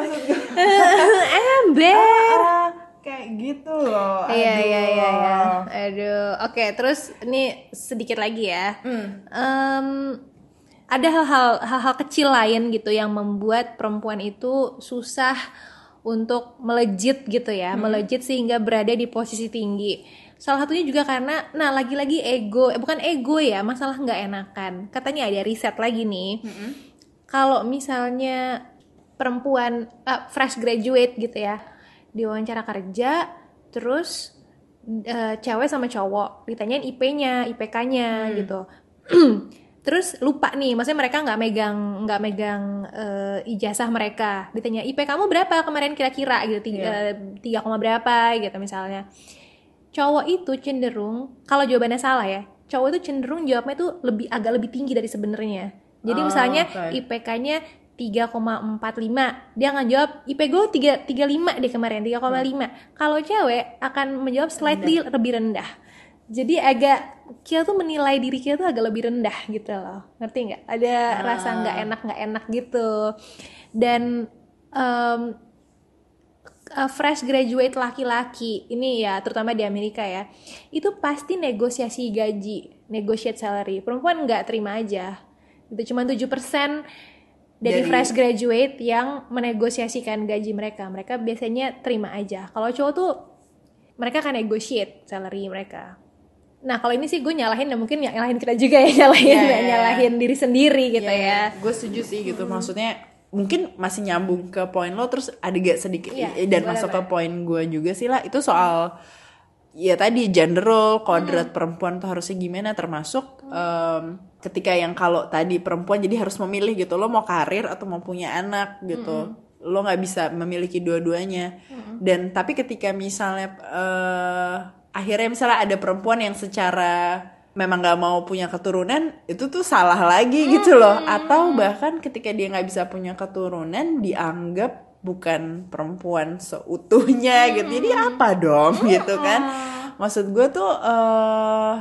ember. ah, kayak gitu loh. Iya Aduh. iya iya iya. Aduh. Oke, terus ini sedikit lagi ya. Em, ada hal-hal hal-hal kecil lain gitu yang membuat perempuan itu susah untuk melejit gitu ya, melejit sehingga berada di posisi tinggi. Salah satunya juga karena, nah lagi-lagi ego, eh, bukan ego ya, masalah nggak enakan. Katanya ada riset lagi nih, kalau misalnya perempuan uh, fresh graduate gitu ya, diwawancara kerja, terus uh, cewek sama cowok ditanyain I P-nya, I P K-nya hmm. gitu. Terus lupa nih, maksudnya mereka nggak megang nggak megang uh, ijazah mereka. Ditanya I P kamu berapa kemarin kira-kira gitu, tiga tiga koma berapa gitu misalnya. Cowok itu cenderung kalau jawabannya salah ya, cowok itu cenderung jawabnya itu lebih agak lebih tinggi dari sebenarnya. Jadi oh, misalnya okay. I P K-nya tiga koma empat lima, dia akan jawab I P gue tiga koma lima deh kemarin, tiga koma lima. Hmm. Kalau cewek akan menjawab slightly rendah. Lebih rendah. Jadi agak kita tuh menilai diri kita tuh agak lebih rendah gitu loh, ngerti nggak? Ada ah. rasa nggak enak nggak enak gitu. Dan um, uh, fresh graduate laki-laki ini ya, terutama di Amerika ya, itu pasti negosiasi gaji, negotiate salary. Perempuan nggak terima aja. Itu cuma tujuh persen dari, dari fresh graduate yang menegosiasikan gaji mereka. Mereka biasanya terima aja. Kalau cowok tuh mereka akan negotiate salary mereka. Nah kalau ini sih gue nyalahin, dan mungkin nyalahin kita juga ya, nyalahin yeah, yeah, nyalahin yeah. diri sendiri gitu yeah, ya. Gue setuju sih gitu, hmm. maksudnya mungkin masih nyambung ke poin lo, terus ada gak sedikit yeah, dan masuk ke poin gue juga sih lah, itu soal ya tadi gender role, kodrat hmm. perempuan tuh harusnya gimana, termasuk um, ketika yang kalau tadi perempuan jadi harus memilih gitu, lo mau karir atau mau punya anak gitu. Hmm. Lo nggak bisa memiliki dua-duanya. Hmm. Dan tapi ketika misalnya uh, akhirnya misalnya ada perempuan yang secara memang nggak mau punya keturunan, itu tuh salah lagi gitu loh. Atau bahkan ketika dia nggak bisa punya keturunan, dianggap bukan perempuan seutuhnya gitu. Jadi apa dong gitu kan? Maksud gue tuh uh,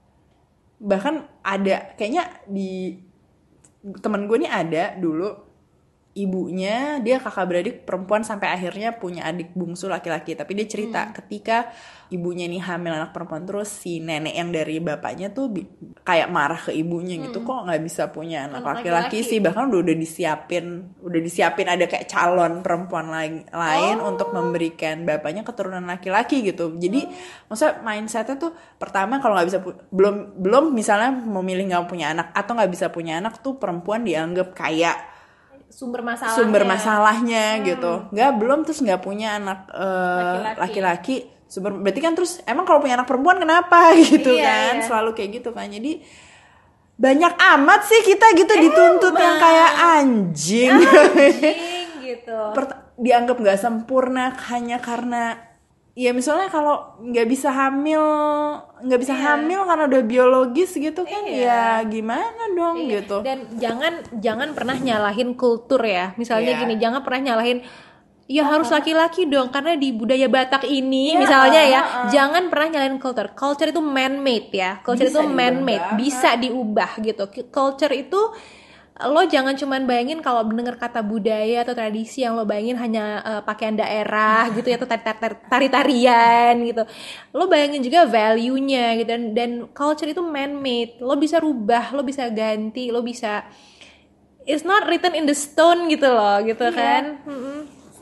bahkan ada kayaknya di temen gue nih ada dulu ibunya, dia kakak beradik perempuan sampai akhirnya punya adik bungsu laki-laki. Tapi dia cerita hmm. ketika ibunya nih hamil anak perempuan, terus si nenek yang dari bapaknya tuh bi- kayak marah ke ibunya gitu, hmm. kok nggak bisa punya anak, anak laki-laki, laki-laki sih. Bahkan udah udah disiapin, udah disiapin ada kayak calon perempuan lain, lain oh. untuk memberikan bapaknya keturunan laki-laki gitu. Jadi oh. maksudnya mindsetnya tuh pertama kalau nggak bisa pu- belum belum misalnya memilih nggak punya anak atau nggak bisa punya anak tuh perempuan dianggap kayak sumber masalahnya, sumber masalahnya hmm. gitu. Nggak belum terus nggak punya anak uh, laki-laki. laki-laki sumber, berarti kan terus emang kalau punya anak perempuan kenapa gitu iya, kan iya. Selalu kayak gitu kan. Jadi banyak amat sih kita gitu emang. Dituntut yang kayak anjing, anjing gitu. Pert- dianggap nggak sempurna hanya karena ya misalnya kalau nggak bisa hamil nggak bisa iya. hamil karena udah biologis gitu kan iya. ya gimana dong iya. gitu. Dan jangan jangan pernah nyalahin kultur ya, misalnya iya. gini, jangan pernah nyalahin ya oh, harus laki-laki dong karena di budaya Batak ini iya, misalnya ya uh, uh. jangan pernah nyalahin culture. Culture itu man-made ya, culture bisa itu man-made, bisa diubah gitu. Culture itu lo jangan cuman bayangin kalau mendengar kata budaya atau tradisi yang lo bayangin hanya uh, pakaian daerah gitu ya, atau tari-tarian gitu. Lo bayangin juga value-nya gitu, dan, dan culture itu man-made. Lo bisa rubah, lo bisa ganti, lo bisa, it's not written in the stone gitu loh gitu yeah. kan. Mm-hmm.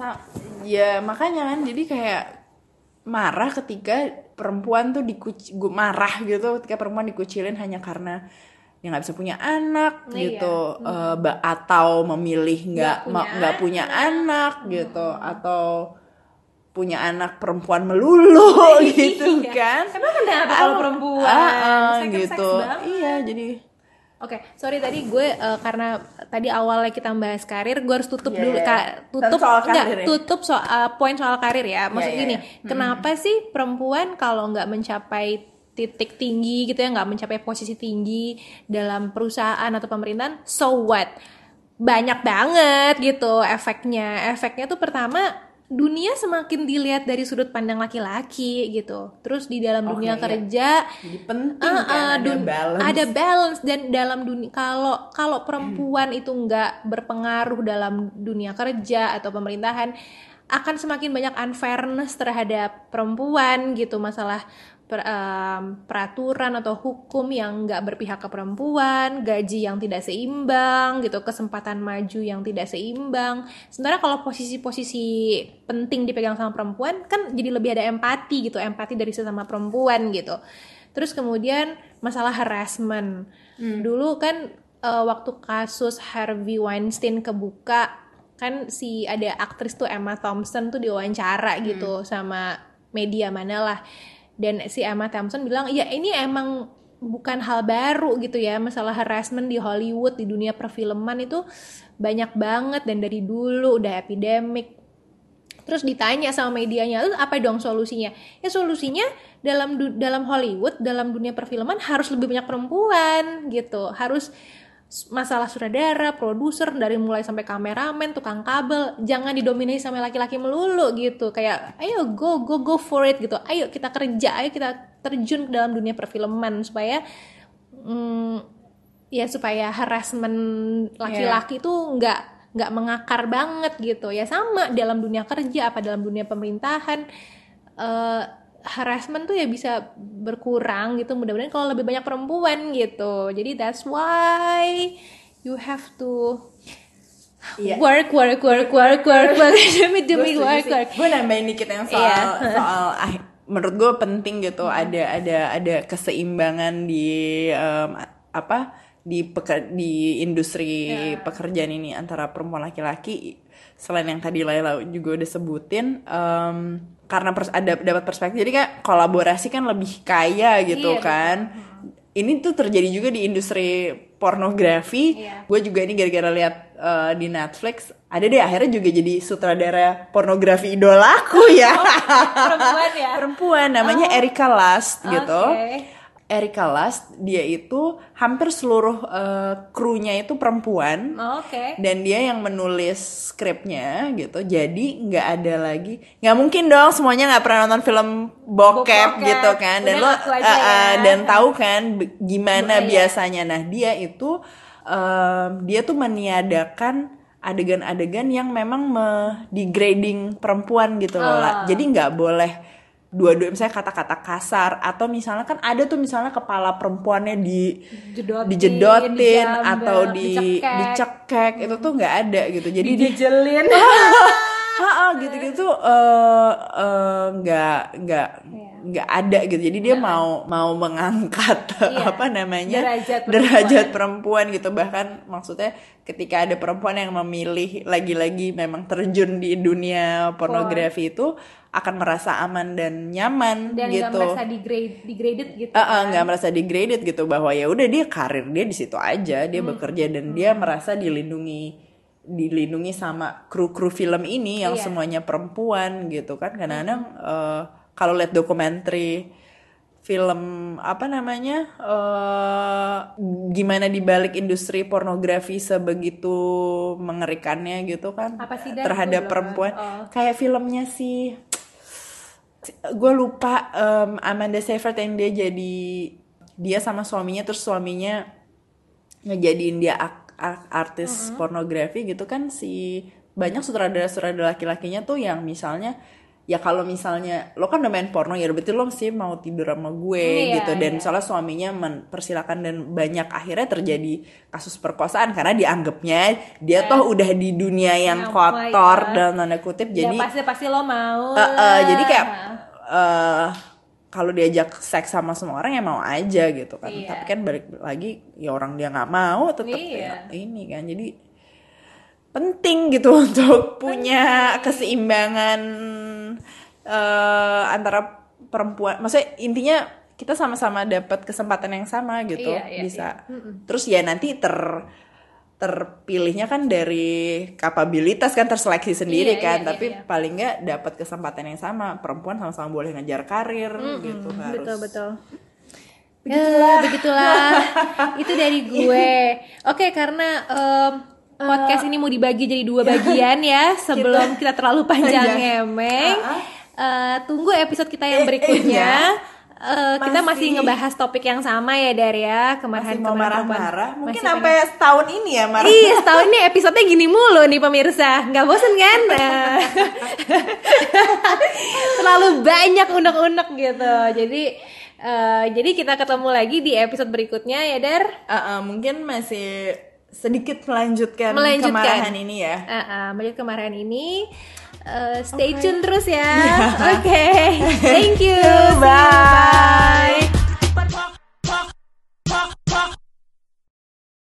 Ya makanya kan jadi kayak marah ketika perempuan tuh dikuc- marah gitu ketika perempuan dikucilin hanya karena ya nggak bisa punya anak nah, gitu iya. uh, atau memilih nggak nggak punya, punya anak hmm. gitu, atau punya anak perempuan melulu gitu iya. kan. Emang kenapa kalau perempuan uh, uh, gitu iya. Jadi oke, okay, sorry tadi gue uh, karena tadi awalnya kita bahas karir, gue harus tutup yeah, dulu yeah. Kak, tutup enggak ya? tutup soal uh, poin soal karir ya. Maksud yeah, yeah, gini, yeah. kenapa hmm. sih perempuan kalau nggak mencapai titik tinggi gitu ya, nggak mencapai posisi tinggi dalam perusahaan atau pemerintahan, so what? Banyak banget gitu efeknya. Efeknya tuh pertama, dunia semakin dilihat dari sudut pandang laki-laki gitu. Terus di dalam okay, dunia kerja iya. Jadi penting uh, uh, kan ada dun- balance. Ada balance, dan dalam dunia kalau kalau perempuan hmm. itu nggak berpengaruh dalam dunia kerja atau pemerintahan, akan semakin banyak unfairness terhadap perempuan gitu, masalah Per, um, peraturan atau hukum yang nggak berpihak ke perempuan, gaji yang tidak seimbang gitu, kesempatan maju yang tidak seimbang. Sementara kalau posisi-posisi penting dipegang sama perempuan kan jadi lebih ada empati gitu, empati dari sesama perempuan gitu. Terus kemudian masalah harassment. Hmm. Dulu kan uh, waktu kasus Harvey Weinstein kebuka, kan si ada aktris tuh Emma Thompson tuh diwawancara hmm. gitu sama media manalah, dan si Emma Thompson bilang ya ini emang bukan hal baru gitu ya, masalah harassment di Hollywood, di dunia perfilman itu banyak banget dan dari dulu udah epidemic. Terus ditanya sama medianya, terus apa dong solusinya? Ya solusinya dalam dalam Hollywood, dalam dunia perfilman harus lebih banyak perempuan gitu. Harus masalah sutradara, produser, dari mulai sampai kameramen, tukang kabel, jangan didominasi sama laki-laki melulu gitu. Kayak ayo go go go for it gitu. Ayo kita kerja, ayo kita terjun ke dalam dunia perfilman supaya hmm, ya supaya harassment laki-laki itu yeah. nggak nggak mengakar banget gitu ya. Sama dalam dunia kerja apa dalam dunia pemerintahan, uh, harassment tuh ya bisa berkurang gitu, mudah-mudahan kalau lebih banyak perempuan gitu. Jadi that's why you have to yeah. work work work work work work demi demi work work. Gue nambahin dikit yang soal yeah. soal ah, menurut gue penting gitu hmm. ada ada ada keseimbangan di um, apa di peker, di industri yeah. pekerjaan ini antara perempuan laki-laki. Selain yang tadi Laila juga udah sebutin, um, karena pers- ada dapat perspektif, jadi kayak kolaborasi kan lebih kaya gitu yeah, kan. Hmm. Ini tuh terjadi juga di industri pornografi. Yeah. Gue juga ini gara-gara lihat uh, di Netflix, ada deh akhirnya juga jadi sutradara pornografi idolaku ya. Oh, perempuan ya. Perempuan namanya oh. Erika Lust gitu. Okay. Erika Lust, dia itu hampir seluruh uh, krunya itu perempuan, oh, okay. dan dia yang menulis skripnya gitu. Jadi nggak ada lagi, nggak mungkin dong semuanya nggak pernah nonton film bokep, bokep gitu kan, dan udah lo uh, ya. uh, dan tahu kan b- gimana Bukan, biasanya. Nah dia itu uh, dia tuh meniadakan adegan-adegan yang memang me-degrading perempuan gitu loh. Oh. Jadi nggak boleh dua-dua misalnya kata-kata kasar, atau misalnya kan ada tuh misalnya kepala perempuannya di Jedotin, dijedotin dijambel, atau di dicekek, dicekek hmm. itu tuh nggak ada gitu. Jadi dijelin ha gitu-gitu uh, uh, nggak nggak nggak ada gitu. Jadi dia nah. mau mau mengangkat iya. apa namanya derajat perempuan. derajat perempuan gitu. Bahkan maksudnya ketika ada perempuan yang memilih lagi-lagi memang terjun di dunia pornografi oh. itu akan merasa aman dan nyaman dan gitu. Dan nggak merasa degrade, degraded gitu. Uh, uh, kan? Nggak merasa degraded gitu, bahwa ya udah dia karir dia di situ aja, dia hmm. bekerja dan hmm. dia merasa dilindungi, dilindungi sama kru-kru film ini yang iya. semuanya perempuan gitu kan. Kadang-kadang hmm. uh, kalau lihat dokumenter film apa namanya uh, gimana dibalik industri pornografi sebegitu mengerikannya gitu kan. Apa sih, terhadap perempuan oh. kayak filmnya si gue lupa um, Amanda Seyfried yang dia jadi dia sama suaminya, terus suaminya ngejadiin dia ak- ak- artis mm-hmm. pornografi gitu kan. Si banyak sutradara-sutradara laki-lakinya tuh yang misalnya ya kalau misalnya lo kan udah main porno ya berarti lo mesti mau tidur sama gue mm, gitu iya, dan iya. misalnya suaminya mempersilakan dan banyak akhirnya terjadi kasus perkosaan karena dianggapnya dia eh. toh udah di dunia yang oh kotor dalam tanda kutip. Jadi ya pasti pasti lo mau uh, uh, jadi kayak uh, kalau diajak seks sama semua orang ya mau aja gitu kan. Iya. Tapi kan balik lagi ya orang dia nggak mau tetap iya. ya ini kan. Jadi penting gitu untuk punya penting. Keseimbangan uh, antara perempuan. Maksudnya intinya kita sama-sama dapat kesempatan yang sama gitu. Iya, iya, bisa. Iya. Terus ya nanti ter terpilihnya kan dari kapabilitas kan, terseleksi sendiri iya, kan. Iya, Tapi iya. paling nggak dapat kesempatan yang sama. Perempuan sama-sama boleh ngejar karir mm-hmm. gitu harus. Betul betul. Begitulah, ya, begitulah. Itu dari gue. Oke, karena um, podcast uh, ini mau dibagi jadi dua bagian ya sebelum kita, kita terlalu panjang ngemeng. Uh, uh, tunggu episode kita yang berikutnya. Uh, masih, kita masih ngebahas topik yang sama ya Daria, kemarahan mau marah-marah. Mungkin masih sampai pengen... setahun ini ya marah. Iya, setahun ini episodenya gini mulu nih pemirsa. Nggak bosen kan? Terlalu banyak unek-unek gitu. Jadi uh, jadi kita ketemu lagi di episode berikutnya ya Dar. Uh, uh, mungkin masih sedikit melanjutkan, melanjutkan. kemarahan ini ya. Uh, uh, melanjutkan kemarahan ini. Uh, stay okay. tune terus ya. Yeah. Oke. Okay. Thank you. Bye. Bye.